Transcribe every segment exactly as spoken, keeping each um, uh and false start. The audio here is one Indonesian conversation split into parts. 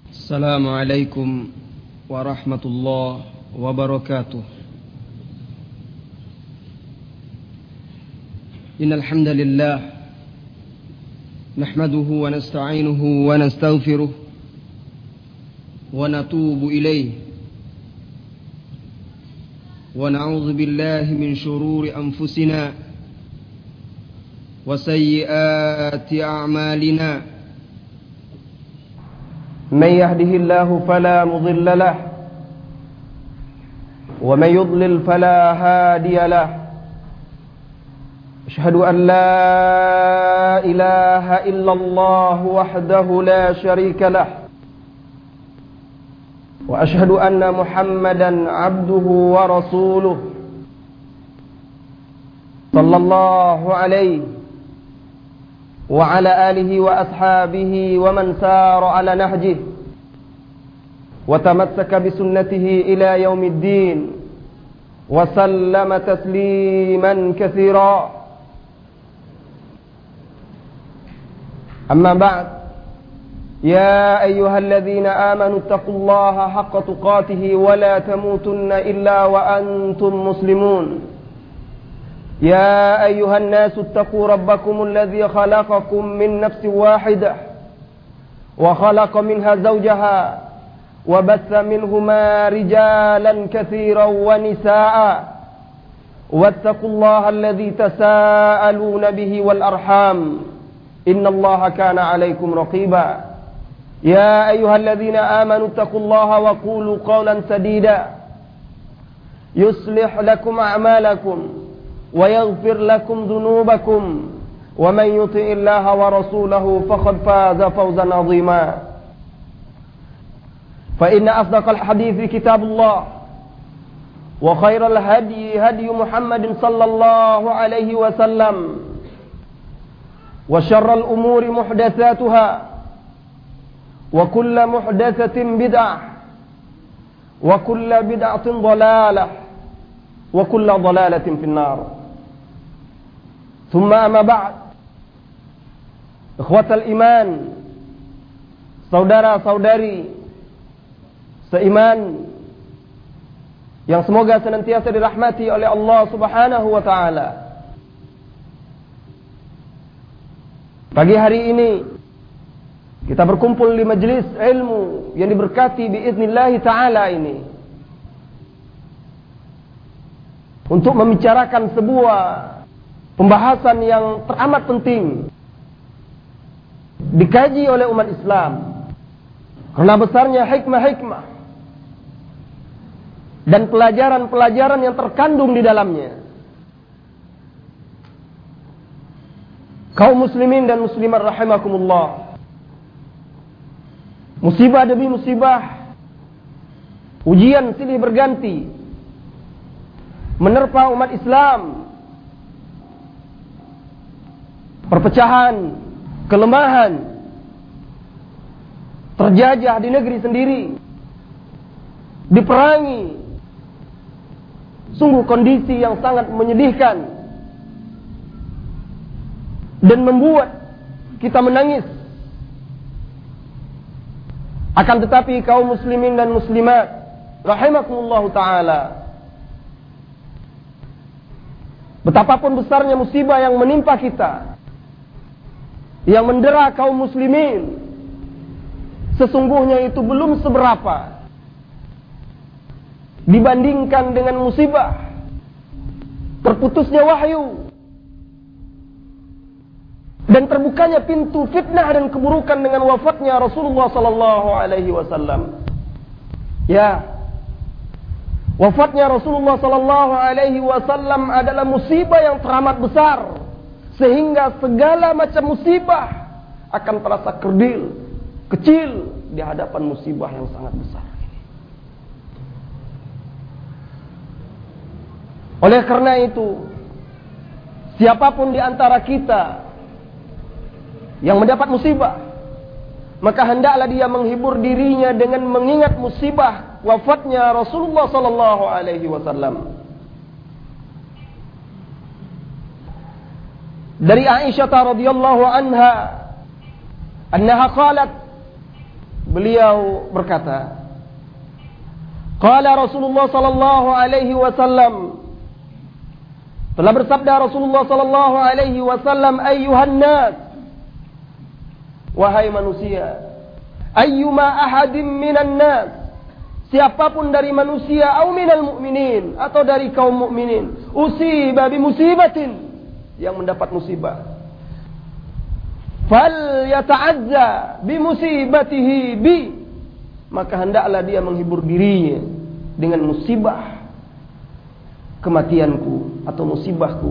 Assalamualaikum warahmatullahi wabarakatuh. Innal hamdalillah nahmaduhu wa nasta'inuhu wa nastaghfiruh wa natubu ilayh wa na'udzu billahi min shururi anfusina wa sayyiati a'malina. من يهده الله فلا مضل له ومن يضلل فلا هادي له أشهد أن لا إله إلا الله وحده لا شريك له وأشهد أن محمدا عبده ورسوله صلى الله عليه وعلى آله وأصحابه ومن سار على نهجه وتمسك بسنته إلى يوم الدين وسلم تسليما كثيرا. أما بعد، يا أيها الذين آمنوا اتقوا الله حق تقاته ولا تموتن إلا وأنتم مسلمون. يا أيها الناس اتقوا ربكم الذي خلقكم من نفس واحدة وخلق منها زوجها وبث منهما رجالا كثيرا ونساء واتقوا الله الذي تساءلون به والأرحام إن الله كان عليكم رقيبا. يا أيها الذين آمنوا اتقوا الله وقولوا قولا سديدا يصلح لكم أعمالكم ويغفر لكم ذنوبكم ومن يطع الله ورسوله فقد فاز فوزا عظيما. فإن أصدق الحديث كتاب الله وخير الهدي هدي محمد صلى الله عليه وسلم وشر الأمور محدثاتها وكل محدثة بدعة وكل بدعة ضلالة وكل ضلالة في النار. ثم أما بعد، ikhwatal iman, saudara-saudari seiman yang semoga senantiasa dirahmati oleh Allah Subhanahu wa taala. Pagi hari ini kita berkumpul di majelis ilmu yang diberkati biiznillah taala ini untuk membicarakan sebuah pembahasan yang teramat penting dikaji oleh umat Islam karena besarnya hikmah-hikmah dan pelajaran-pelajaran yang terkandung di dalamnya. Kaum muslimin dan muslimat rahimakumullah, musibah demi musibah, ujian silih berganti menerpa umat Islam. Perpecahan, kelemahan terjajah di negeri sendiri, diperangi. Sungguh kondisi yang sangat menyedihkan dan membuat kita menangis. Akan tetapi kaum muslimin dan muslimat rahimakumullah taala, betapapun besarnya musibah yang menimpa kita, yang mendera kaum muslimin, sesungguhnya itu belum seberapa dibandingkan dengan musibah terputusnya wahyu dan terbukanya pintu fitnah dan keburukan dengan wafatnya Rasulullah sallallahu alaihi wasallam. Ya, wafatnya Rasulullah sallallahu alaihi wasallam adalah musibah yang teramat besar, sehingga segala macam musibah akan terasa kerdil, kecil di hadapan musibah yang sangat besar ini. Oleh karena itu, siapapun di antara kita yang mendapat musibah, maka hendaklah dia menghibur dirinya dengan mengingat musibah wafatnya Rasulullah sallallahu alaihi wasallam. Dari Aisyah radhiyallahu anha, annaha qalat beliau berkata, qala Rasulullah sallallahu alaihi wasallam, telah bersabda Rasulullah sallallahu alaihi wasallam, ayyuhan nas, wahai manusia, ayyuma ahadin minan nas, siapapun dari manusia, au minal mu'minin, atau dari kaum mukminin, usiba bi musibatin, yang mendapat musibah, fal yata'azza bi musibatihi bi, maka hendaklah dia menghibur dirinya dengan musibah kematianku atau musibahku.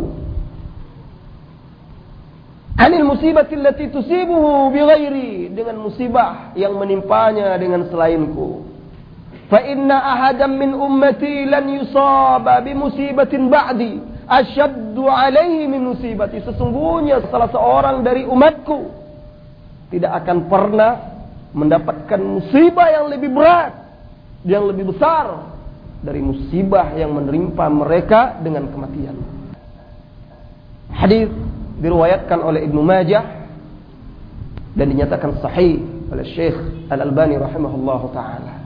Anil musibati allati tusibuhu bi ghairi, dengan musibah yang menimpanya dengan selainku. Fa inna ahadan min ummati lan yusaba bi musibatin ba'di asyaddu alaihi min musibati, sesungguhnya salah seorang dari umatku tidak akan pernah mendapatkan musibah yang lebih berat, yang lebih besar dari musibah yang menimpa mereka dengan kematian. Hadis diriwayatkan oleh Ibnu Majah dan dinyatakan sahih oleh Syekh Al-Albani rahimahullahu taala.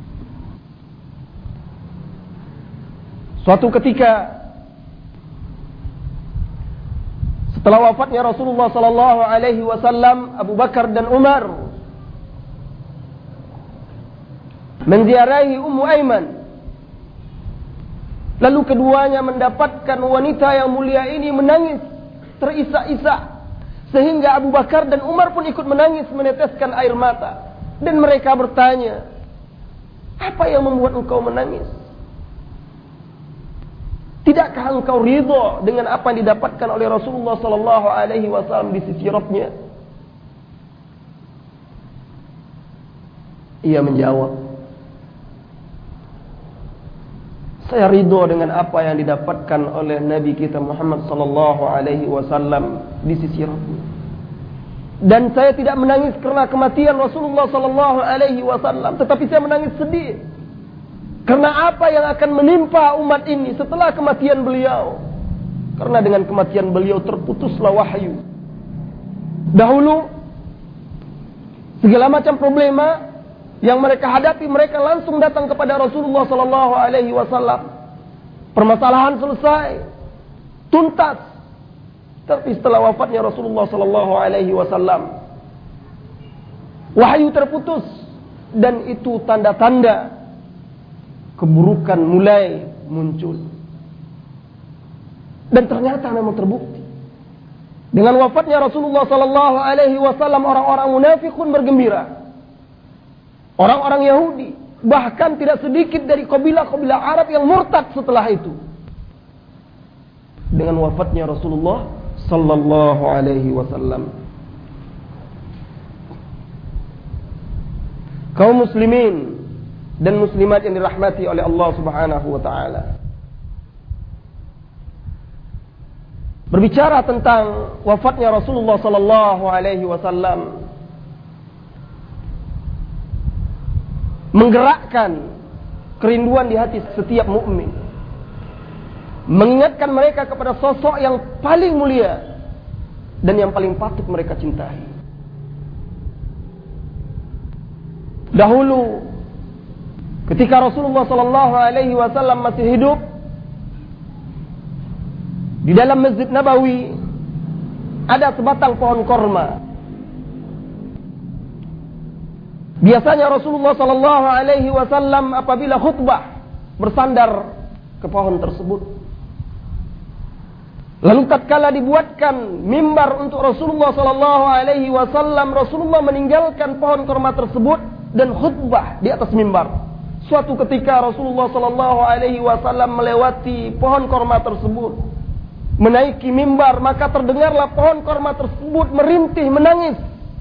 Suatu ketika setelah wafatnya Rasulullah sallallahu alaihi wasallam, Abu Bakar dan Umar menziarahi Ummu Aiman. Lalu keduanya mendapatkan wanita yang mulia ini menangis terisak-isak, sehingga Abu Bakar dan Umar pun ikut menangis meneteskan air mata. Dan mereka bertanya, apa yang membuat engkau menangis? Tidakkah engkau ridha dengan apa yang didapatkan oleh Rasulullah sallallahu alaihi wasallam di sisi Rabbnya? Ia menjawab, saya ridho dengan apa yang didapatkan oleh Nabi kita Muhammad sallallahu alaihi wasallam di sisi Rabbnya. Dan saya tidak menangis karena kematian Rasulullah sallallahu alaihi wasallam, tetapi saya menangis sedih karena apa yang akan menimpa umat ini setelah kematian beliau. Karena dengan kematian beliau terputuslah wahyu. Dahulu segala macam problema yang mereka hadapi, mereka langsung datang kepada Rasulullah sallallahu alaihi wasallam. Permasalahan selesai, tuntas. Tapi setelah wafatnya Rasulullah sallallahu alaihi wasallam, wahyu terputus, dan itu tanda-tanda keburukan mulai muncul. Dan ternyata memang terbukti. Dengan wafatnya Rasulullah sallallahu alaihi wasallam, orang-orang munafikun bergembira. Orang-orang Yahudi, bahkan tidak sedikit dari kabilah-kabilah Arab yang murtad setelah itu. Dengan wafatnya Rasulullah sallallahu alaihi wasallam. Kaum muslimin dan muslimat yang dirahmati oleh Allah Subhanahu wa taala. Berbicara tentang wafatnya Rasulullah sallallahu alaihi wasallam, menggerakkan kerinduan di hati setiap mukmin, mengingatkan mereka kepada sosok yang paling mulia dan yang paling patut mereka cintai. Dahulu ketika Rasulullah sallallahu alaihi wasallam masih hidup, di dalam Masjid Nabawi ada sebatang pohon korma. Biasanya Rasulullah sallallahu alaihi wasallam apabila khutbah bersandar ke pohon tersebut. Lalu tatkala dibuatkan mimbar untuk Rasulullah sallallahu alaihi wasallam, Rasulullah meninggalkan pohon kurma tersebut dan khutbah di atas mimbar. Suatu ketika Rasulullah sallallahu alaihi wasallam melewati pohon kurma tersebut, menaiki mimbar, maka terdengarlah pohon kurma tersebut merintih menangis.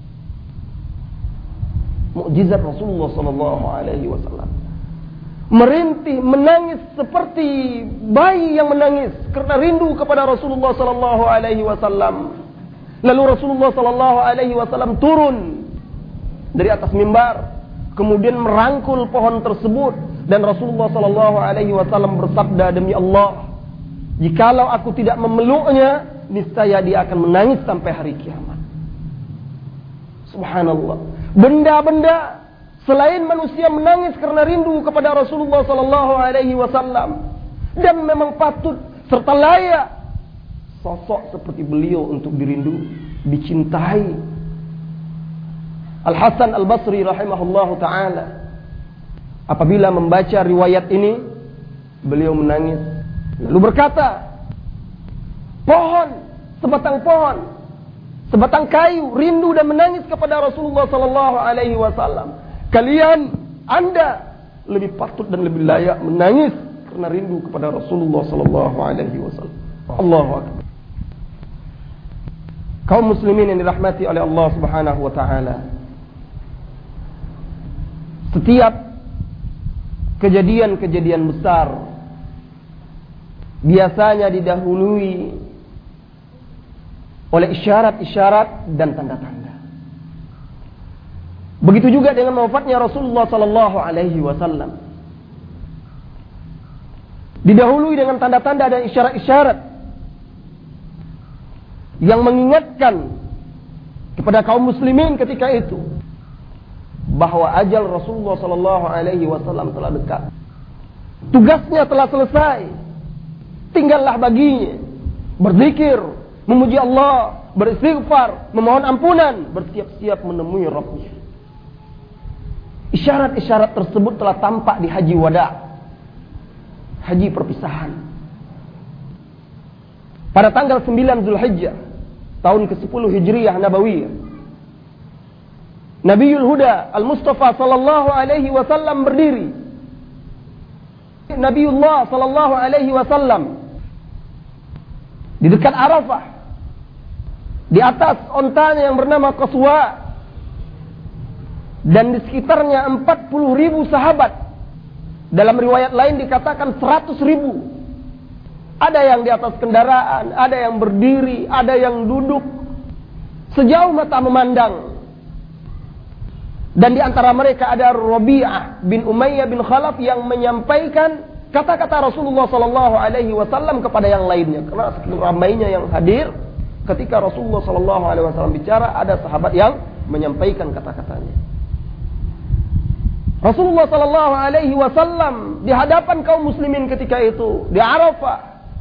Mukjizat Rasulullah sallallahu alaihi wasallam. Merintih menangis seperti bayi yang menangis karena rindu kepada Rasulullah sallallahu alaihi wasallam. Lalu Rasulullah sallallahu alaihi wasallam turun dari atas mimbar, kemudian merangkul pohon tersebut, dan Rasulullah sallallahu alaihi wasallam bersabda, demi Allah, jikalau aku tidak memeluknya, niscaya dia akan menangis sampai hari kiamat. Subhanallah. Benda-benda Selain manusia menangis karena rindu kepada Rasulullah sallallahu alaihi wasallam, dan memang patut serta layak sosok seperti beliau untuk dirindu, dicintai. Al-Hasan Al-Basri rahimahullahu taala apabila membaca riwayat ini, beliau menangis lalu berkata, pohon, sebatang pohon, sebatang kayu rindu dan menangis kepada Rasulullah sallallahu alaihi wasallam. Kalian, Anda lebih patut dan lebih layak menangis karena rindu kepada Rasulullah sallallahu alaihi wasallam. Allahu akbar. Kaum muslimin yang dirahmati oleh Allah Subhanahu wa taala. Setiap kejadian-kejadian besar biasanya didahului oleh isyarat-isyarat dan tanda-tanda. Begitu juga dengan wafatnya Rasulullah sallallahu alaihi wasallam. Didahului dengan tanda-tanda dan isyarat-isyarat yang mengingatkan kepada kaum muslimin ketika itu bahwa ajal Rasulullah sallallahu alaihi wasallam telah dekat. Tugasnya telah selesai. Tinggallah baginya berzikir, memuji Allah, beristighfar, memohon ampunan, bersiap-siap menemui Rabbnya. Isyarat-isyarat tersebut telah tampak di haji wada, haji perpisahan. Pada tanggal sembilan Zulhijjah tahun kesepuluh Hijriyah Nabawiyah, Nabiul Huda Al-Mustafa sallallahu alaihi wasallam berdiri. Nabiullah sallallahu alaihi wasallam di dekat Arafah, di atas ontanya yang bernama Qaswa, dan di sekitarnya empat puluh ribu sahabat. Dalam riwayat lain dikatakan seratus ribu. Ada yang di atas kendaraan, ada yang berdiri, ada yang duduk, sejauh mata memandang. Dan di antara mereka ada Rabi'ah bin Umayyah bin Khalaf yang menyampaikan kata-kata Rasulullah sallallahu alaihi wasallam kepada yang lainnya. Karena saking ramainya yang hadir ketika Rasulullah sallallahu alaihi wasallam bicara, ada sahabat yang menyampaikan kata-katanya. Rasulullah sallallahu alaihi wasallam di hadapan kaum muslimin ketika itu di Arafah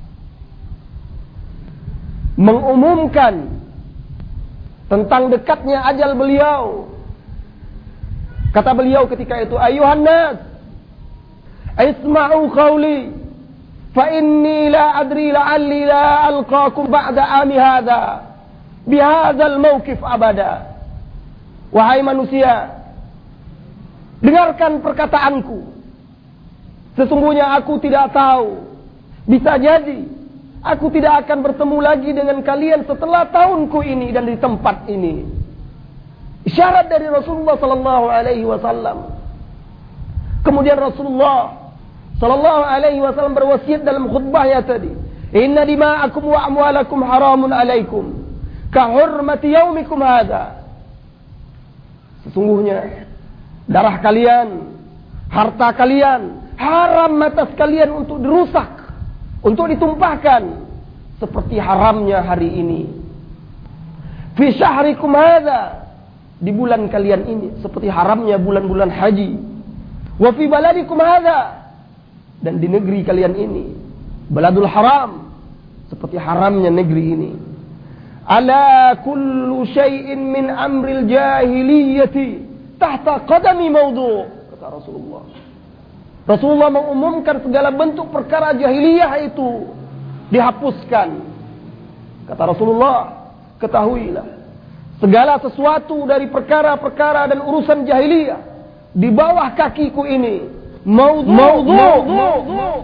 mengumumkan tentang dekatnya ajal beliau. Kata beliau ketika itu, ayuhan nas, isma'u qawli, fa inni la adri la'alli la alqakum ba'da ami hadha bihadzal mawqif abada. Wahai manusia, dengarkan perkataanku. Sesungguhnya aku tidak tahu, bisa jadi aku tidak akan bertemu lagi dengan kalian setelah tahunku ini dan di tempat ini. Isyarat dari Rasulullah sallallahu alaihi wasallam. Kemudian Rasulullah sallallahu alaihi wasallam berwasiat dalam khutbahnya tadi, inna dima'akum wa amwalakum haramun alaikum ka hurmati yaumikum hadza. Sesungguhnya darah kalian, harta kalian haram atas kalian untuk dirusak, untuk ditumpahkan seperti haramnya hari ini. Fi syahrikum hadza, di bulan kalian ini, seperti haramnya bulan-bulan haji. Wa fi baladikum hadza, dan di negeri kalian ini, baladul haram, seperti haramnya negeri ini. Ala kullu syai'in min amril jahiliyati tahta qadami mawdu', kata Rasulullah. Rasulullah mengumumkan segala bentuk perkara jahiliyah itu dihapuskan. Kata Rasulullah, ketahuilah, segala sesuatu dari perkara-perkara dan urusan jahiliyah di bawah kakiku ini mawdu', mawdu',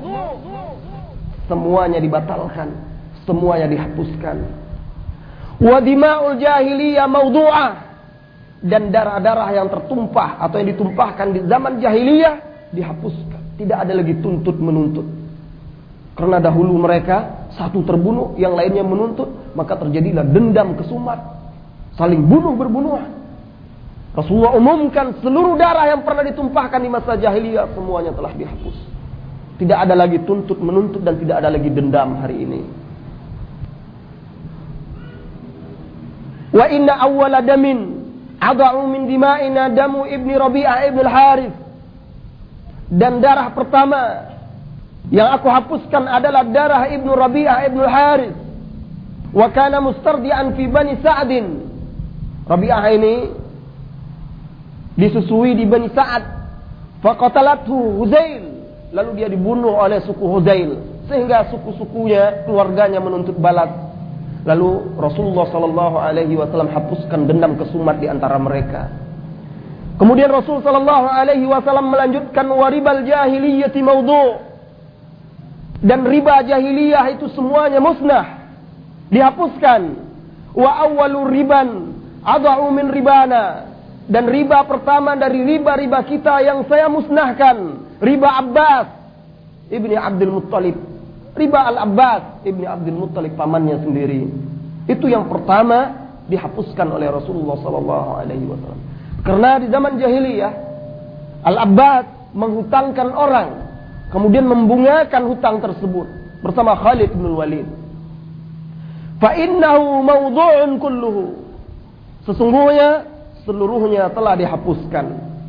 semuanya dibatalkan, semuanya dihapuskan. Wa dima'ul jahiliyah mawdu'ah, dan darah-darah yang tertumpah atau yang ditumpahkan di zaman jahiliyah dihapuskan. Tidak ada lagi tuntut menuntut. Karena dahulu mereka satu terbunuh, yang lainnya menuntut, maka terjadilah dendam kesumat, saling bunuh berbunuhan. Rasulullah umumkan seluruh darah yang pernah ditumpahkan di masa jahiliyah semuanya telah dihapus. Tidak ada lagi tuntut menuntut dan tidak ada lagi dendam hari ini. Wa inna awwala damin Ada'u min dima'ina damu ibni Rabi'ah ibn al-Harith. Dan darah pertama yang aku hapuskan adalah darah ibnu Rabi'ah ibn al-Harith. Wa kana mustardi'an fi Bani Sa'din. Rabi'ah ini disusui di Bani Sa'ad. Faqatalathu Huzail. Lalu dia dibunuh oleh suku Huzail. Sehingga suku-sukunya, keluarganya menuntut balas. Lalu Rasulullah sallallahu alaihi wasallam hapuskan dendam kesumat di antara mereka. Kemudian Rasul sallallahu alaihi wasallam melanjutkan waribal jahiliyati maudhu'. Dan riba jahiliyah itu semuanya musnah, dihapuskan. Wa awwalu riban adha'u min ribana. Dan riba pertama dari riba-riba kita yang saya musnahkan, riba Abbas ibni Abdul Muttalib. Riba Al-Abbas ibni Abdul Muttalib, pamannya sendiri. Itu yang pertama dihapuskan oleh Rasulullah sallallahu alaihi wasallam. Karena di zaman jahiliyah Al-Abbas menghutangkan orang, kemudian membungakan hutang tersebut bersama Khalid bin Walid. Fa innahu mawdhu'un kulluhu. Sesungguhnya seluruhnya telah dihapuskan.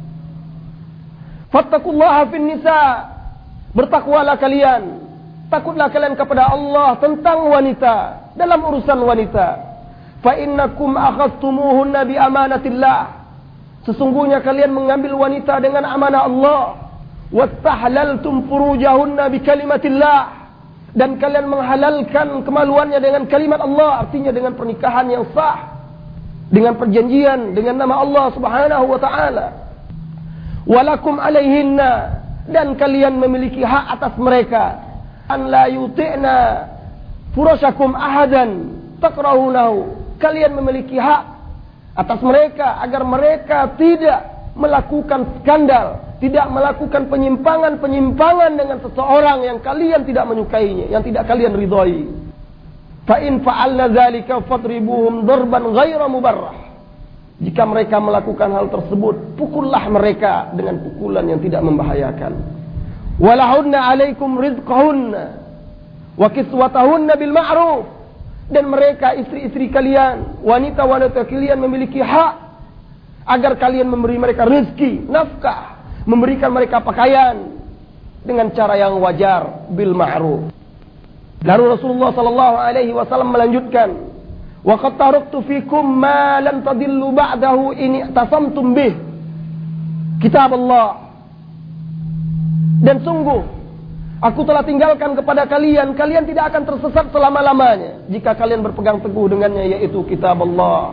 Fattaqullaha fin nisa. Bertakwalah kalian. Takutlah kalian kepada Allah tentang wanita, dalam urusan wanita. Fa innakum akhadtumuhunna bi amanatillah. Sesungguhnya kalian mengambil wanita dengan amanah Allah. Wastahlaltum furujahunna bi kalimatillah. Dan kalian menghalalkan kemaluannya dengan kalimat Allah, artinya dengan pernikahan yang sah, dengan perjanjian dengan nama Allah Subhanahu wa taala. Walakum alaihinna, dan kalian memiliki hak atas mereka. An la yuti'na furashakum ahadan takrahunahu. Kalian memiliki hak atas mereka agar mereka tidak melakukan skandal, tidak melakukan penyimpangan-penyimpangan dengan seseorang yang kalian tidak menyukainya, yang tidak kalian ridhai. Fa in fa'alna dzalika fadribuhum darban ghaira mubarrah. Jika mereka melakukan hal tersebut, pukullah mereka dengan pukulan yang tidak membahayakan. Walahunna alaikum rizqahunna wa kiswatahunna bil ma'ruf. Dan mereka istri-istri kalian, wanita-wanita kalian memiliki hak agar kalian memberi mereka rezeki, nafkah, memberikan mereka pakaian dengan cara yang wajar, bil ma'ruf. Lalu Rasulullah sallallahu alaihi wasallam melanjutkan, wa qad taraktu fikum ma lan tadillu ba'dahu in i'tasamtum bih. Kitab Allah. Dan sungguh aku telah tinggalkan kepada kalian, kalian tidak akan tersesat selama-lamanya jika kalian berpegang teguh dengannya, yaitu kitab Allah.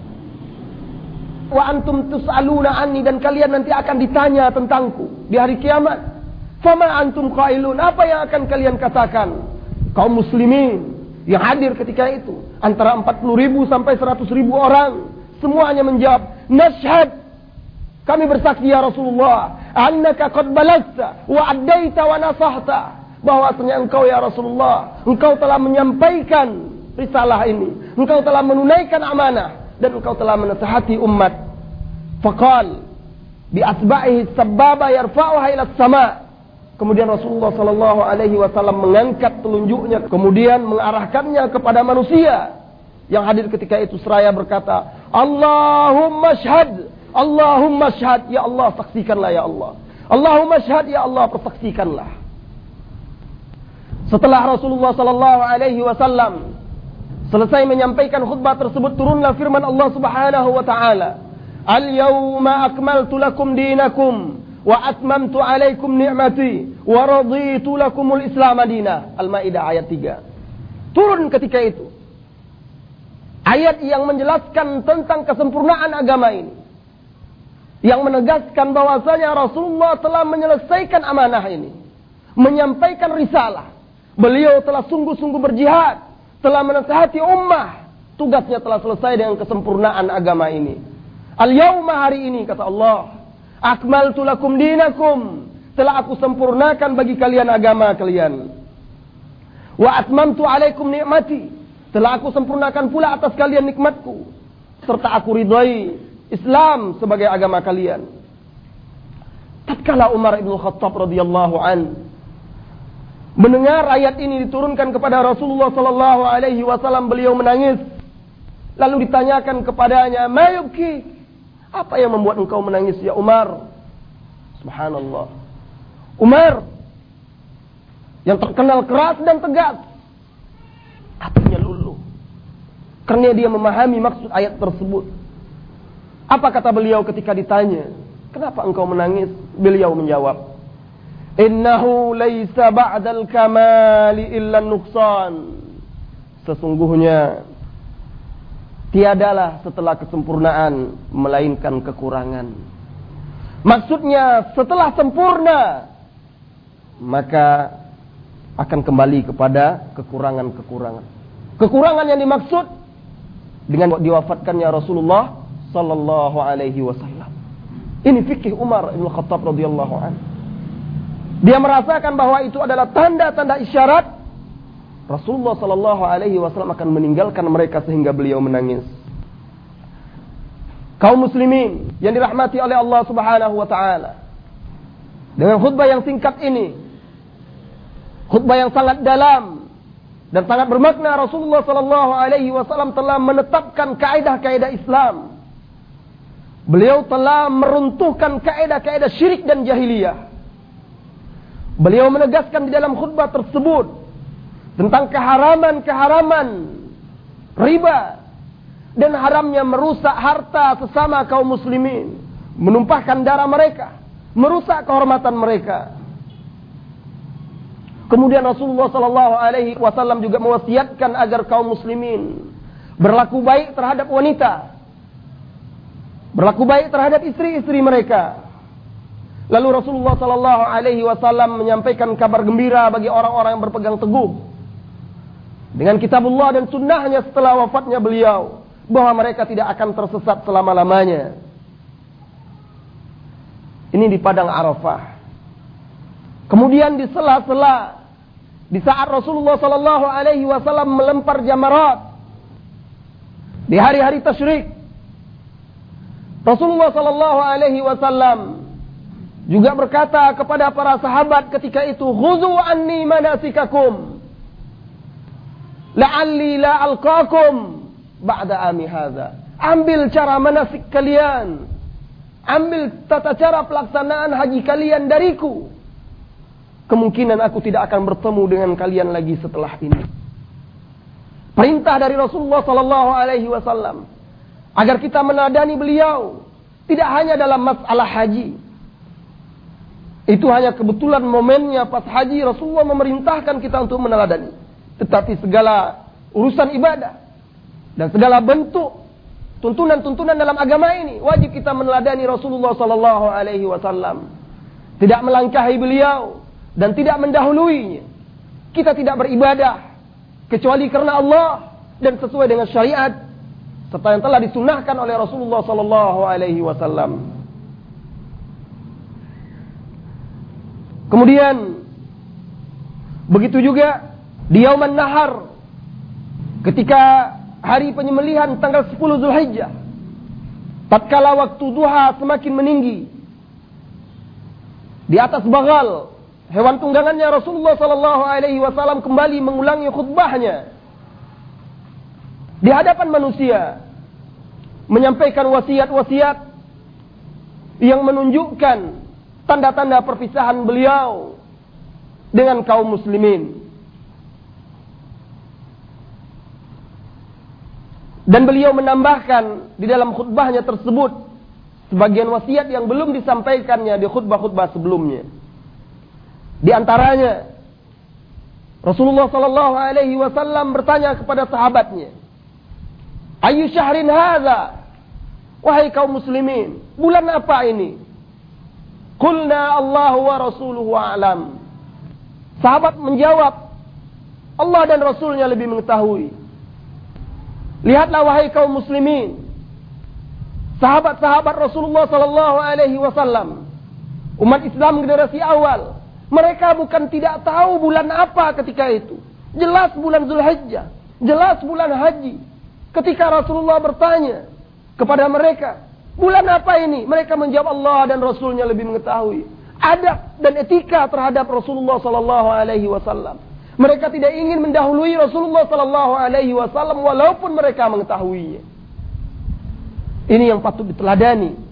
Wa antum tus'aluna anni, dan kalian nanti akan ditanya tentangku di hari kiamat. Fama antum qailun, apa yang akan kalian katakan? Kaum muslimin yang hadir ketika itu antara empat puluh ribu sampai seratus ribu orang, semuanya menjawab, nashhad, kami bersaksi ya Rasulullah, annaka qad balagta wa addaita wa nasahta, bahwasanya engkau ya Rasulullah, engkau telah menyampaikan risalah ini, engkau telah menunaikan amanah, dan engkau telah menasihati umat. Faqal bi asba'ihi sababa yarfa'uha ila as-sama'. Kemudian Rasulullah sallallahu alaihi wasallam mengangkat telunjuknya, kemudian mengarahkannya kepada manusia yang hadir ketika itu seraya berkata, Allahumma syhad, Allahumma syhad, ya Allah saksikanlah ya Allah. Allahumma syhad, ya Allah persaksikanlah. Setelah Rasulullah sallallahu alaihi wasallam selesai menyampaikan khutbah tersebut, turunlah firman Allah Subhanahu wa taala, Al-yawma akmaltu lakum dinakum wa atmamtu alaikum ni'mati wa raditu lakumul Islam madina. Al-Maidah ayat tiga. Turun ketika itu ayat yang menjelaskan tentang kesempurnaan agama ini, yang menegaskan bahwasanya Rasulullah telah menyelesaikan amanah ini, menyampaikan risalah. Beliau telah sungguh-sungguh berjihad, telah menasihati ummah. Tugasnya telah selesai dengan kesempurnaan agama ini. Al-yawma, hari ini, kata Allah, akmaltu lakum dinakum, telah aku sempurnakan bagi kalian agama kalian. Wa atmamtu alaikum ni'mati, telah aku sempurnakan pula atas kalian nikmatku, serta aku ridhai Islam sebagai agama kalian. Tatkala Umar ibn Khattab radhiyallahu an mendengar ayat ini diturunkan kepada Rasulullah sallallahu alaihi wasallam, beliau menangis. Lalu ditanyakan kepadanya, "Ma yubki?" Apa yang membuat engkau menangis ya Umar? Subhanallah. Umar yang terkenal keras dan tegas, hatinya luluh karena dia memahami maksud ayat tersebut. Apa kata beliau ketika ditanya, kenapa engkau menangis? Beliau menjawab, innahu laisa ba'dal kamali illa nuqsan. Sesungguhnya tiadalah setelah kesempurnaan melainkan kekurangan. Maksudnya setelah sempurna maka akan kembali kepada kekurangan-kekurangan. Kekurangan yang dimaksud dengan diwafatkannya Rasulullah sallallahu alaihi wasallam. Ini fikih Umar bin Khattab radhiyallahu anhu. Dia merasakan bahwa itu adalah tanda-tanda isyarat Rasulullah sallallahu alaihi wasallam akan meninggalkan mereka sehingga beliau menangis. Kaum muslimin yang dirahmati oleh Allah Subhanahu wa taala. Dengan khutbah yang singkat ini, khutbah yang sangat dalam dan sangat bermakna, Rasulullah sallallahu alaihi wasallam telah menetapkan kaidah-kaidah Islam. Beliau telah meruntuhkan kaidah-kaidah syirik dan jahiliyah. Beliau menegaskan di dalam khutbah tersebut tentang keharaman-keharaman riba dan haramnya merusak harta sesama kaum muslimin, menumpahkan darah mereka, merusak kehormatan mereka. Kemudian Rasulullah sallallahu alaihi wasallam juga mewasiatkan agar kaum muslimin berlaku baik terhadap wanita, berlaku baik terhadap istri-istri mereka. Lalu Rasulullah sallallahu alaihi wasallam menyampaikan kabar gembira bagi orang-orang yang berpegang teguh dengan kitabullah dan sunnahnya setelah wafatnya beliau, bahwa mereka tidak akan tersesat selama-lamanya. Ini di padang Arafah. Kemudian di sela-sela, di saat Rasulullah sallallahu alaihi wasallam melempar jamarat di hari-hari tasyrik, Rasulullah sallallahu alaihi wasallam juga berkata kepada para sahabat ketika itu, "Khuzu anni manasikakum la'alli la alqakum ba'da ami hadza." Ambil cara manasik kalian, ambil tata cara pelaksanaan haji kalian dariku. Kemungkinan aku tidak akan bertemu dengan kalian lagi setelah ini. Perintah dari Rasulullah sallallahu alaihi wasallam agar kita meneladani beliau, tidak hanya dalam masalah haji. Itu hanya kebetulan momennya pas haji Rasulullah memerintahkan kita untuk meneladani. Tetapi segala urusan ibadah dan segala bentuk tuntunan-tuntunan dalam agama ini wajib kita meneladani Rasulullah sallallahu alaihi wasallam. Tidak melangkahi beliau dan tidak mendahuluinya. Kita tidak beribadah kecuali karena Allah dan sesuai dengan syariat serta yang telah disunnahkan oleh Rasulullah sallallahu alaihi wasallam. Kemudian begitu juga di Yauman Nahar, ketika hari penyembelihan tanggal sepuluh Zulhijjah, tatkala waktu duha semakin meninggi, di atas bagal hewan tunggangannya Rasulullah sallallahu alaihi wasallam kembali mengulangi khutbahnya di hadapan manusia, menyampaikan wasiat-wasiat yang menunjukkan tanda-tanda perpisahan beliau dengan kaum muslimin. Dan beliau menambahkan di dalam khutbahnya tersebut sebagian wasiat yang belum disampaikannya di khutbah-khutbah sebelumnya. Di antaranya, Rasulullah sallallahu alaihi wasallam bertanya kepada sahabatnya, "Ayu syahrin hadza?" Wahai kaum muslimin, bulan apa ini? Qulna Allahu wa rasuluhu a'lam. Sahabat menjawab, Allah dan Rasulnya lebih mengetahui. Lihatlah wahai kaum muslimin, sahabat-sahabat Rasulullah sallallahu alaihi wasallam, umat Islam generasi awal, mereka bukan tidak tahu bulan apa ketika itu. Jelas bulan Zulhijjah, jelas bulan haji. Ketika Rasulullah bertanya kepada mereka, bulan apa ini? Mereka menjawab Allah dan Rasulnya lebih mengetahui. Adab dan etika terhadap Rasulullah sallallahu alaihi wasallam. Mereka tidak ingin mendahului Rasulullah sallallahu alaihi wasallam walaupun mereka mengetahuinya. Ini yang patut diteladani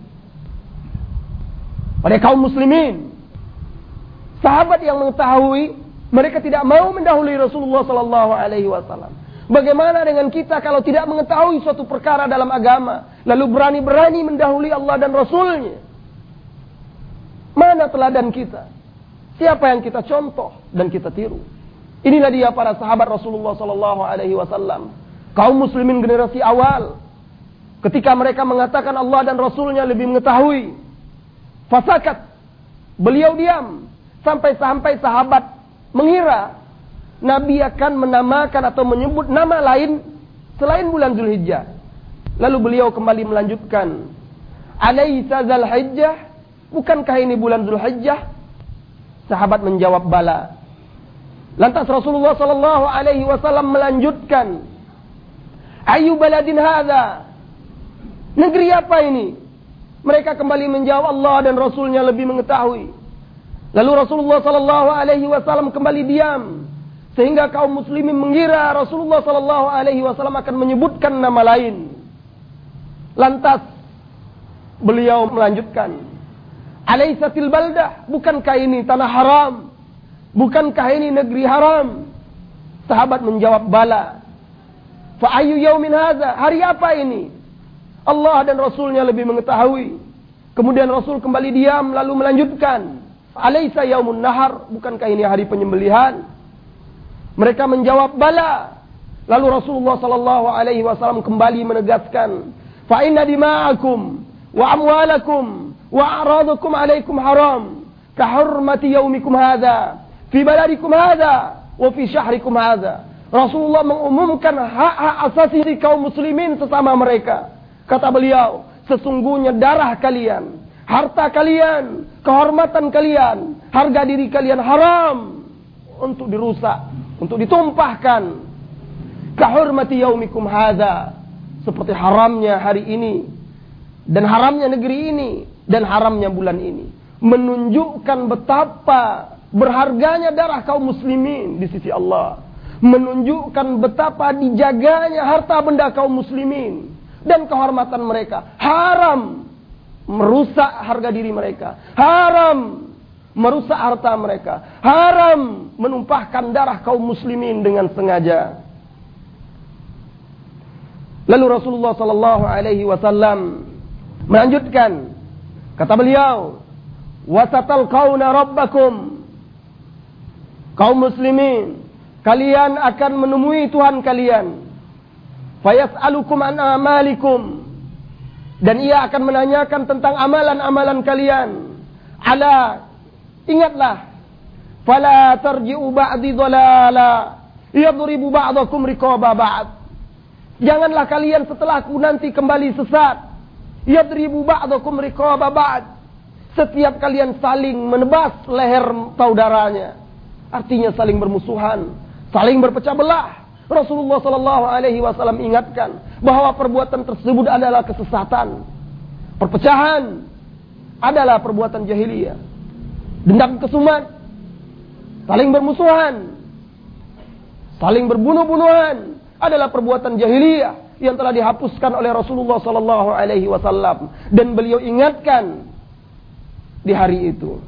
pada kaum muslimin. Sahabat yang mengetahui, mereka tidak mau mendahului Rasulullah sallallahu alaihi wasallam. Bagaimana dengan kita kalau tidak mengetahui suatu perkara dalam agama, lalu berani-berani mendahului Allah dan Rasulnya? Mana teladan kita? Siapa yang kita contoh dan kita tiru? Inilah dia para sahabat Rasulullah sallallahu alaihi wasallam, kaum muslimin generasi awal. Ketika mereka mengatakan Allah dan Rasulnya lebih mengetahui, fasakat, beliau diam. Sampai-sampai sahabat mengira Nabi akan menamakan atau menyebut nama lain selain bulan Zulhijjah. Lalu beliau kembali melanjutkan, Alaysa Zulhijjah? Bukankah ini bulan Zulhijjah? Sahabat menjawab bala. Lantas Rasulullah sallallahu alaihi wasallam melanjutkan, Ayu baladin hadza? Negeri apa ini? Mereka kembali menjawab Allah dan Rasulnya lebih mengetahui. Lalu Rasulullah sallallahu alaihi wasallam kembali diam, sehingga kaum muslimin mengira Rasulullah sallallahu alaihi wasallam akan menyebutkan nama lain. Lantas beliau melanjutkan, Alaysatil baldah? Bukankah ini tanah haram? Bukankah ini negeri haram? Sahabat menjawab bala. Fa ayyu yaumin hadza? Hari apa ini? Allah dan Rasulnya lebih mengetahui. Kemudian Rasul kembali diam lalu melanjutkan, Alaysa yaumun nahar? Bukankah ini hari penyembelihan? Mereka menjawab bala. Lalu Rasulullah sallallahu alaihi wasallam kembali menegaskan, fa inna dima'akum wa amwalakum wa a'radakum alaikum haram ka hurmati yaumikum hadza fi baladikum hadza wa fi syahrikum hadza. Rasulullah mengumumkan hak-hak asasi kaum muslimin sesama mereka. Kata beliau, sesungguhnya darah kalian, harta kalian, kehormatan kalian, harga diri kalian haram untuk dirusak, untuk ditumpahkan. Kahurmati yaumikum hadza, seperti haramnya hari ini, dan haramnya negeri ini, dan haramnya bulan ini. Menunjukkan betapa berharganya darah kaum muslimin di sisi Allah. Menunjukkan betapa dijaganya harta benda kaum muslimin dan kehormatan mereka. Haram merusak harga diri mereka, haram merusak harta mereka, haram menumpahkan darah kaum muslimin dengan sengaja. Lalu Rasulullah sallallahu alaihi wasallam melanjutkan, kata beliau, wasatalqauna rabbakum, kaum muslimin, kalian akan menemui Tuhan kalian, fayas'alukum an amalikum, dan ia akan menanyakan tentang amalan-amalan kalian. Ala, ingatlah, fala tarji'u ba'di dhalala yadribu ba'dakum riqaba ba'd. Janganlah kalian setelahku nanti kembali sesat. Yadribu ba'dakum riqaba ba'd. Setiap kalian saling menebas leher saudaranya. Artinya saling bermusuhan, saling berpecah belah. Rasulullah sallallahu alaihi wasallam ingatkan bahwa perbuatan tersebut adalah kesesatan. Perpecahan adalah perbuatan jahiliyah. Dendam kesumat, saling bermusuhan, saling berbunuh-bunuhan adalah perbuatan jahiliyah yang telah dihapuskan oleh Rasulullah sallallahu alaihi wasallam, dan beliau ingatkan di hari itu.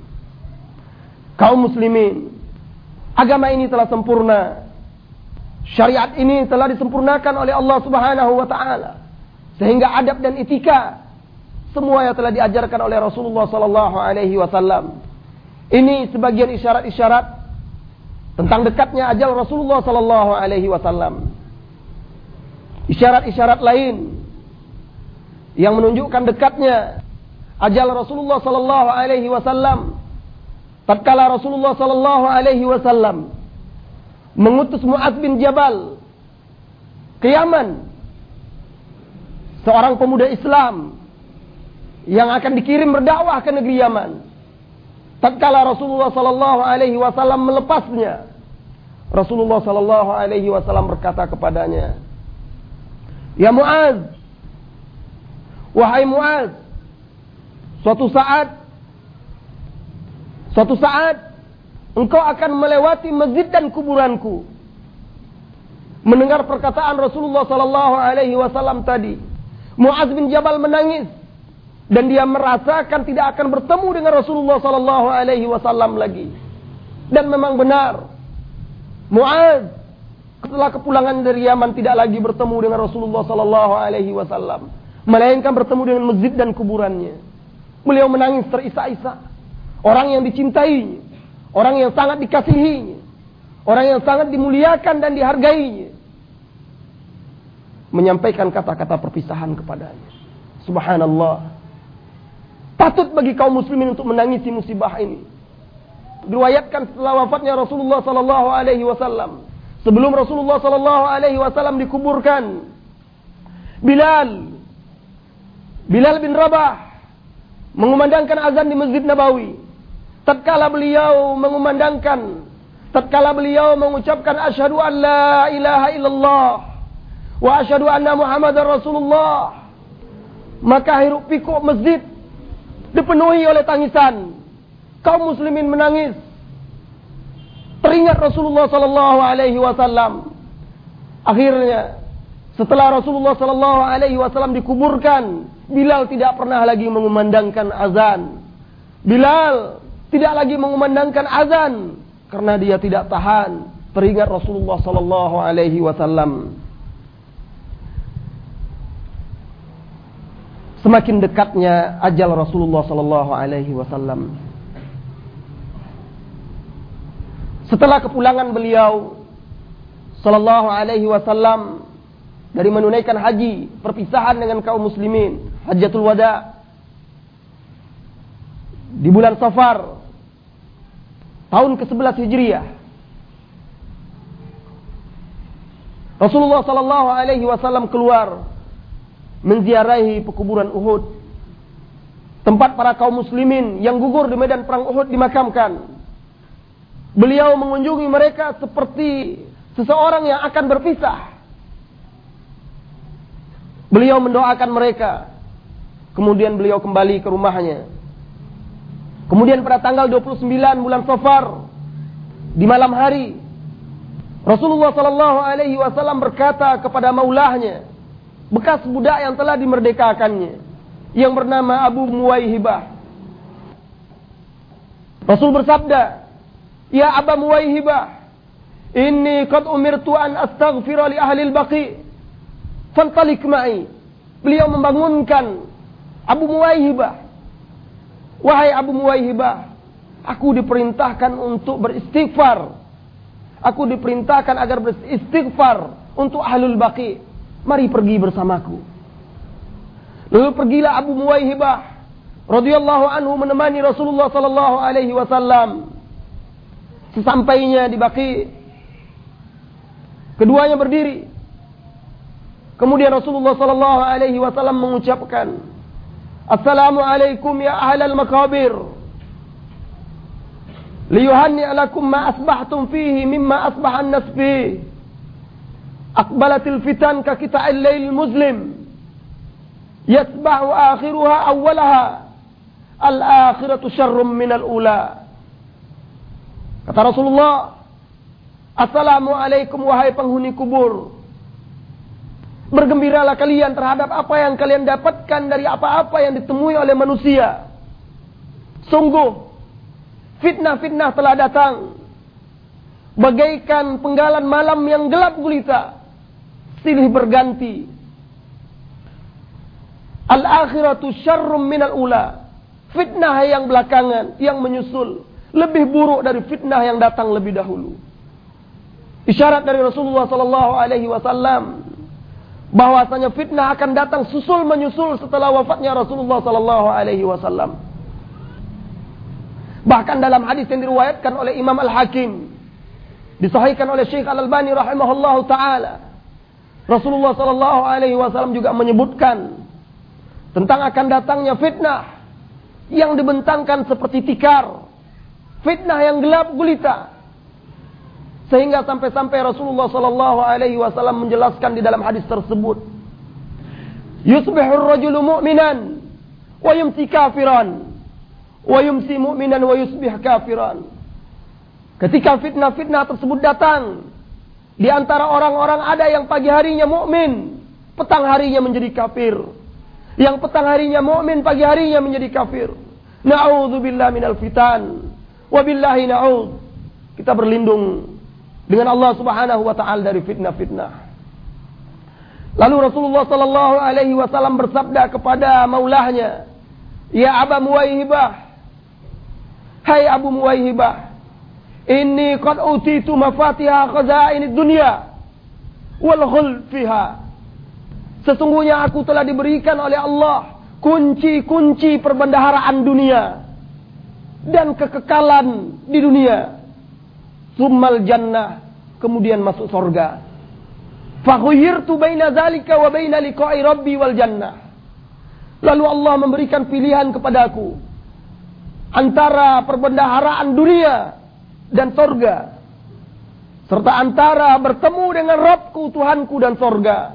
Kaum muslimin, agama ini telah sempurna. Syariat ini telah disempurnakan oleh Allah Subhanahu wa taala, sehingga adab dan etika semua yang telah diajarkan oleh Rasulullah sallallahu alaihi wasallam. Ini sebagian isyarat-isyarat tentang dekatnya ajal Rasulullah sallallahu alaihi wasallam. Isyarat-isyarat lain yang menunjukkan dekatnya ajal Rasulullah sallallahu alaihi wasallam, tatkala Rasulullah sallallahu alaihi wasallam mengutus Mu'adz bin Jabal ke Yaman, seorang pemuda Islam yang akan dikirim berdakwah ke negeri Yaman. Tatkala Rasulullah sallallahu alaihi wasallam melepasnya, Rasulullah sallallahu alaihi wasallam berkata kepadanya, "Ya Mu'adz, wahai Mu'adz, suatu saat suatu saat engkau akan melewati masjid dan kuburanku." Mendengar perkataan Rasulullah sallallahu alaihi wasallam tadi, Mu'adz bin Jabal menangis dan dia merasakan tidak akan bertemu dengan Rasulullah sallallahu alaihi wasallam lagi. Dan memang benar, Mu'adz setelah kepulangan dari Yaman tidak lagi bertemu dengan Rasulullah sallallahu alaihi wasallam, melainkan bertemu dengan masjid dan kuburannya. Beliau menangis terisak-isak. Orang yang dicintainya, orang yang sangat dikasihinya, orang yang sangat dimuliakan dan dihargainya, menyampaikan kata-kata perpisahan kepadanya. Subhanallah. Patut bagi kaum muslimin untuk menangisi musibah ini. Diriwayatkan setelah wafatnya Rasulullah sallallahu alaihi wasallam, sebelum Rasulullah sallallahu alaihi wasallam dikuburkan, Bilal Bilal bin Rabah mengumandangkan azan di Masjid Nabawi. Tatkala beliau mengumandangkan, tatkala beliau mengucapkan asyhadu an la ilaha illallah wa asyhadu anna Muhammadar Rasulullah, maka hiruk pikuk masjid dipenuhi oleh tangisan. Kaum muslimin menangis, teringat Rasulullah sallallahu alaihi wasallam. Akhirnya setelah Rasulullah sallallahu alaihi wasallam dikuburkan, Bilal tidak pernah lagi mengumandangkan azan. Bilal tidak lagi mengumandangkan azan karena dia tidak tahan teringat Rasulullah sallallahu alaihi wasallam. Semakin dekatnya ajal Rasulullah sallallahu alaihi wasallam. Setelah kepulangan beliau sallallahu alaihi wasallam dari menunaikan haji, perpisahan dengan kaum muslimin, Hajjatul Wada, di bulan Safar tahun kesebelas Hijriah, Rasulullah sallallahu alaihi wasallam keluar menziarahi pekuburan Uhud, tempat para kaum muslimin yang gugur di medan perang Uhud dimakamkan. Beliau mengunjungi mereka seperti seseorang yang akan berpisah. Beliau mendoakan mereka. Kemudian beliau kembali ke rumahnya. Kemudian pada tanggal dua puluh sembilan bulan Safar, di malam hari, Rasulullah sallallahu alaihi wasallam berkata kepada maulahnya, bekas budak yang telah dimerdekakannya, yang bernama Abu Muwaihibah. Rasul bersabda, "Ya Aba Muwaihibah, inni qad umirtu an astaghfira li ahli al-baqi, fantalik ma'i." Beliau membangunkan Abu Muwaihibah. "Wahai Abu Muwaihibah, aku diperintahkan untuk beristighfar. Aku diperintahkan agar beristighfar untuk ahlul baqi. Mari pergi bersamaku." Lalu pergilah Abu Muwaihibah radhiyallahu anhu menemani Rasulullah sallallahu alaihi wasallam. Sesampainya di Baqi, keduanya berdiri. Kemudian Rasulullah sallallahu alaihi wasallam mengucapkan, "Assalamu alaikum ya ahlal makabir. Liyuhanni lakum ma asbahtum fihi mimma asbahan nas fihi. Aqbalatil fitan ka qita'il lail muslim. Yasbahu akhiruha awwalaha. Al-akhiratu syarrum minal ula." Kata Rasulullah, "Assalamualaikum wahai penghuni kubur. Bergembiralah kalian terhadap apa yang kalian dapatkan dari apa-apa yang ditemui oleh manusia. Sungguh, fitnah-fitnah telah datang, bagaikan penggalan malam yang gelap gulita, silih berganti. Al-akhiratu syarrum minal ula." Fitnah yang belakangan, yang menyusul, lebih buruk dari fitnah yang datang lebih dahulu. Isyarat dari Rasulullah sallallahu alaihi wasallam bahwasanya fitnah akan datang susul menyusul setelah wafatnya Rasulullah sallallahu alaihi wasallam. Bahkan dalam hadis yang diriwayatkan oleh Imam Al-Hakim, disahihkan oleh Syekh Al-Albani rahimahullahu taala, Rasulullah sallallahu alaihi wasallam juga menyebutkan tentang akan datangnya fitnah yang dibentangkan seperti tikar, fitnah yang gelap gulita, sehingga sampai-sampai Rasulullah sallallahu alaihi wasallam menjelaskan di dalam hadis tersebut, "Yusbihur rajulu mu'minan wa yumsi kafiran, wa yumsi mu'minan wa yusbih kafiran." Ketika fitnah-fitnah tersebut datang, di antara orang-orang ada yang pagi harinya mukmin, petang harinya menjadi kafir. Yang petang harinya mukmin, pagi harinya menjadi kafir. Na'udzubillah minal fitan. Wabillahi na'udz. Kita berlindung dengan Allah Subhanahu wa taala dari fitnah-fitnah. Lalu Rasulullah sallallahu alaihi wasallam bersabda kepada maulahnya, "Ya Aba Muwaihibah, hai Abu Muwaihibah, inni qad utitu mafatiha khazainid dunya wal khuld fiha." Sesungguhnya aku telah diberikan oleh Allah kunci-kunci perbendaharaan dunia dan kekekalan di dunia. Tsummal jannah, kemudian masuk surga. Fakhuyyirtu baina dzalika wa baina liqa'i rabbi wal jannah. Lalu Allah memberikan pilihan kepadaku antara perbendaharaan dunia dan surga, serta antara bertemu dengan Rabbku, Tuhanku, dan surga.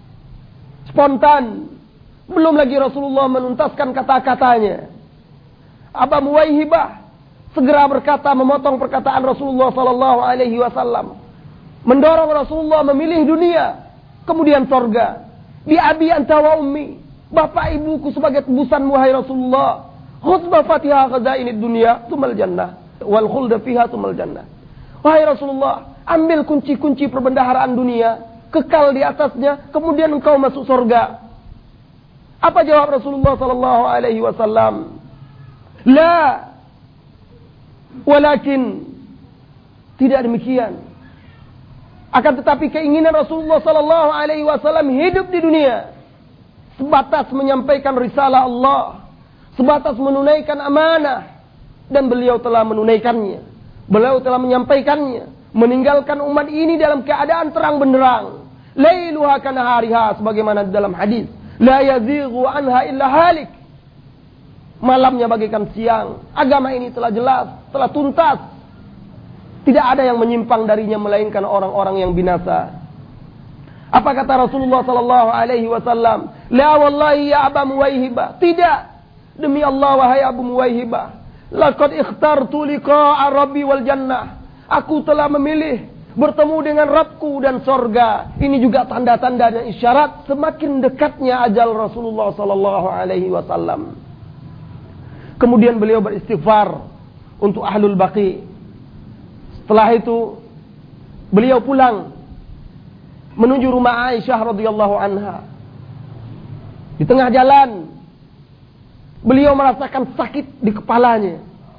Spontan, belum lagi Rasulullah menuntaskan kata-katanya, Aba Muwaihibah segera berkata, memotong perkataan Rasulullah sallallahu alaihi wasallam, mendorong Rasulullah memilih dunia, kemudian surga. Bi abi anta wa ummi, bapak ibuku sebagai tebusan wahai Rasulullah. Khudh mafatihah khazainid dunya tsumal jannah wal khuld fiha tsumal jannah. Wahai Rasulullah, ambil kunci-kunci perbendaharaan dunia, kekal di atasnya, kemudian engkau masuk surga. Apa jawab Rasulullah sallallahu alaihi wasallam? La, walakin, tidak demikian. Akan tetapi keinginan Rasulullah sallallahu alaihi wasallam hidup di dunia sebatas menyampaikan risalah Allah, sebatas menunaikan amanah, dan beliau telah menunaikannya. Beliau telah menyampaikannya, meninggalkan umat ini dalam keadaan terang benderang. Lailuha kanahariha, sebagaimana dalam hadis, la yazighu anha illa halik. Malamnya bagaikan siang. Agama ini telah jelas, telah tuntas. Tidak ada yang menyimpang darinya melainkan orang-orang yang binasa. Apa kata Rasulullah sallallahu alaihi wasallam? La wallahi ya Aba Muwaihibah. Tidak. Demi Allah wahai Abu Muwaihibah, laqad ikhtartu liqa'a Rabbi wal jannah. Aku telah memilih bertemu dengan Rabbku dan surga. Ini juga tanda-tanda dan isyarat semakin dekatnya ajal Rasulullah sallallahu alaihi wasallam. Kemudian beliau beristighfar untuk ahlul baqi. Setelah itu beliau pulang menuju rumah Aisyah radhiyallahu anha. Di tengah jalan beliau merasakan sakit di kepalanya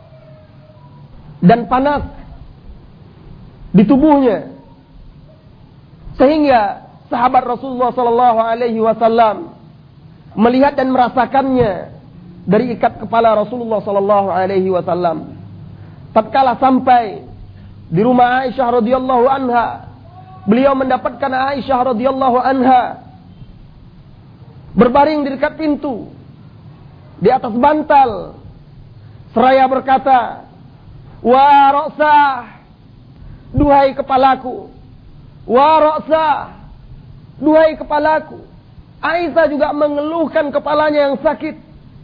dan panas di tubuhnya, sehingga sahabat Rasulullah sallallahu alaihi wasallam melihat dan merasakannya dari ikat kepala Rasulullah sallallahu alaihi wasallam. Tatkala sampai di rumah Aisyah radhiyallahu anha, beliau mendapatkan Aisyah radhiyallahu anha berbaring di dekat pintu, di atas bantal, seraya berkata, "Wa ra'sah, duhai kepalaku. Wa ra'sah, duhai kepalaku." Aisyah juga mengeluhkan kepalanya yang sakit.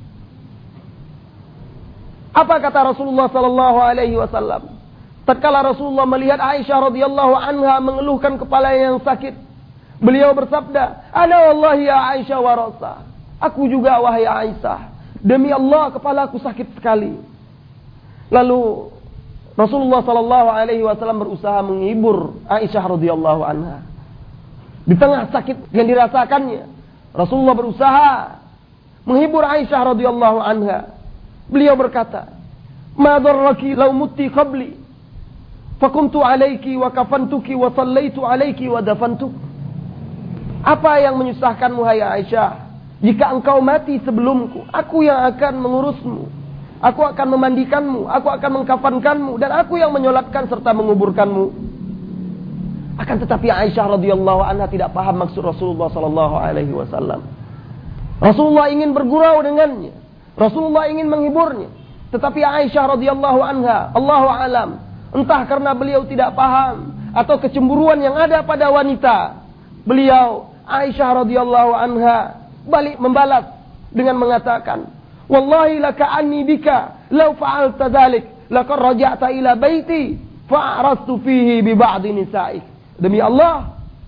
Apa kata Rasulullah sallallahu alaihi wasallam? Tatkala Rasulullah melihat Aisyah radhiyallahu anha mengeluhkan kepalanya yang sakit, beliau bersabda, "Ana wallahi ya Aisyah wa ra'sah." Aku juga wahai Aisyah, demi Allah kepalaku sakit sekali. Lalu Rasulullah sallallahu alaihi wasallam berusaha menghibur Aisyah radhiyallahu anha. Di tengah sakit yang dirasakannya, Rasulullah berusaha menghibur Aisyah radhiyallahu anha. Beliau berkata, "Ma darraki law mutti qabli, fakuntu alayki wa kafantuki wa sallaitu alayki wa dafantuk." Apa yang menyusahkanmu hai Aisyah? Jika engkau mati sebelumku, aku yang akan mengurusmu, aku akan memandikanmu, aku akan mengkafankanmu, dan aku yang menyolatkan serta menguburkanmu. Akan tetapi Aisyah radhiyallahu anha tidak paham maksud Rasulullah sallallahu alaihi wasallam. Rasulullah ingin bergurau dengannya, Rasulullah ingin menghiburnya, tetapi Aisyah radhiyallahu anha, Allahu alam, entah karena beliau tidak paham atau kecemburuan yang ada pada wanita, beliau Aisyah radhiyallahu anha balik membalas dengan mengatakan, "Wallahi laka anni bika law fa'alta dzalik laqad raja'ta ila baiti fa'arastu fihi bi ba'd nisa'ik." Demi Allah,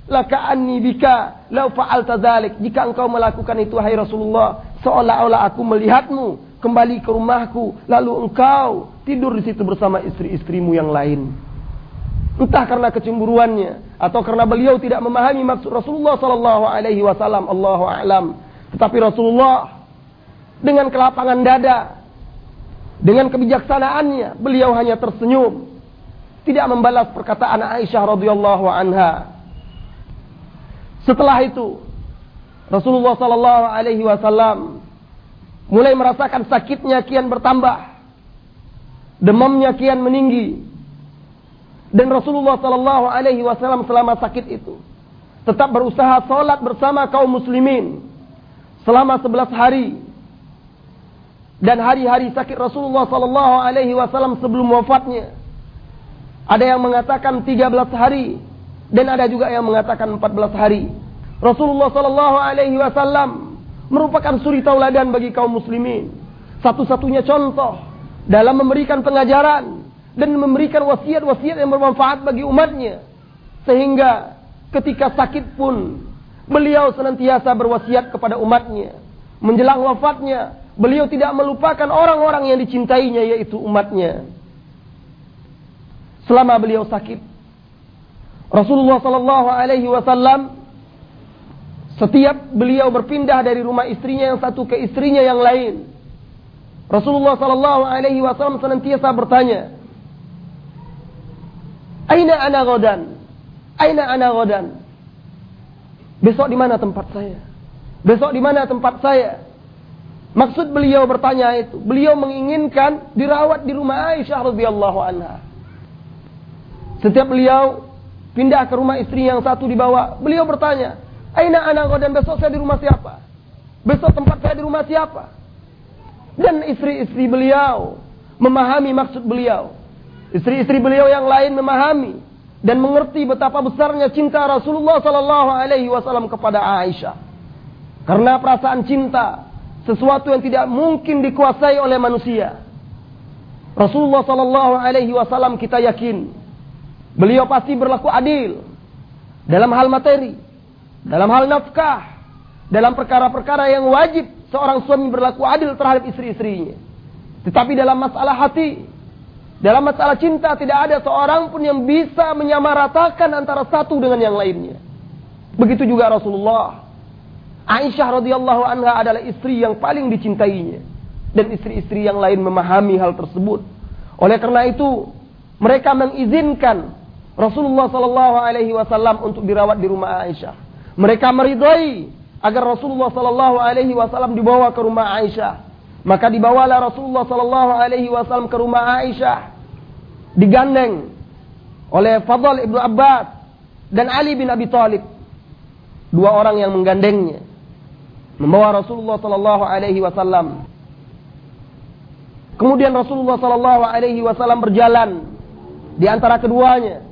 Laka'anni bika law fa'alta dzalik. Jika engkau melakukan itu hai Rasulullah, seolah-olah aku melihatmu kembali ke rumahku, lalu engkau tidur di situ bersama istri-istrimu yang lain. Entah karena kecemburuannya atau karena beliau tidak memahami maksud Rasulullah sallallahu alaihi wasallam, Allahu a'lam. Tetapi Rasulullah dengan kelapangan dada, dengan kebijaksanaannya, beliau hanya tersenyum, tidak membalas perkataan Aisyah radhiyallahu anha. Setelah itu, Rasulullah sallallahu alaihi wasallam mulai merasakan sakitnya kian bertambah, demamnya kian meninggi. Dan Rasulullah sallallahu alaihi wasallam selama sakit itu tetap berusaha salat bersama kaum muslimin selama sebelas hari. Dan hari-hari sakit Rasulullah sallallahu alaihi wasallam sebelum wafatnya, ada yang mengatakan tiga belas hari dan ada juga yang mengatakan empat belas hari. Rasulullah sallallahu alaihi wasallam merupakan suri tauladan bagi kaum muslimin, satu-satunya contoh dalam memberikan pengajaran dan memberikan wasiat-wasiat yang bermanfaat bagi umatnya. Sehingga ketika sakit pun beliau senantiasa berwasiat kepada umatnya. Menjelang wafatnya, beliau tidak melupakan orang-orang yang dicintainya, yaitu umatnya. Selama beliau sakit, Rasulullah sallallahu alaihi wasallam setiap beliau berpindah dari rumah istrinya yang satu ke istrinya yang lain, Rasulullah sallallahu alaihi wasallam senantiasa bertanya, Aina ana ghadan? Aina ana ghadan? Besok di mana tempat saya? Besok di mana tempat saya? Maksud beliau bertanya itu, beliau menginginkan dirawat di rumah Aisyah radhiyallahu anha. Setiap beliau pindah ke rumah istri yang satu dibawa, beliau bertanya, Aina ana ghadan? Besok saya di rumah siapa? Besok tempat saya di rumah siapa? Dan istri-istri beliau memahami maksud beliau. Istri-istri beliau yang lain memahami dan mengerti betapa besarnya cinta Rasulullah sallallahu alaihi wasallam kepada Aisyah. Karena perasaan cinta sesuatu yang tidak mungkin dikuasai oleh manusia. Rasulullah sallallahu alaihi wasallam kita yakin beliau pasti berlaku adil dalam hal materi, dalam hal nafkah, dalam perkara-perkara yang wajib seorang suami berlaku adil terhadap istri-istrinya. Tetapi dalam masalah hati, dalam masalah cinta, tidak ada seorang pun yang bisa menyamaratakan antara satu dengan yang lainnya. Begitu juga Rasulullah. Aisyah radhiyallahu anha adalah istri yang paling dicintainya, dan istri-istri yang lain memahami hal tersebut. Oleh karena itu, mereka mengizinkan Rasulullah sallallahu alaihi wasallam untuk dirawat di rumah Aisyah. Mereka meridhai agar Rasulullah sallallahu alaihi wasallam dibawa ke rumah Aisyah. Maka dibawalah Rasulullah sallallahu alaihi wasallam ke rumah Aisyah, digandeng oleh Fadl ibnu Abbas dan Ali bin Abi Thalib. Dua orang yang menggandengnya membawa Rasulullah sallallahu alaihi wasallam. Kemudian Rasulullah sallallahu alaihi wasallam berjalan di antara keduanya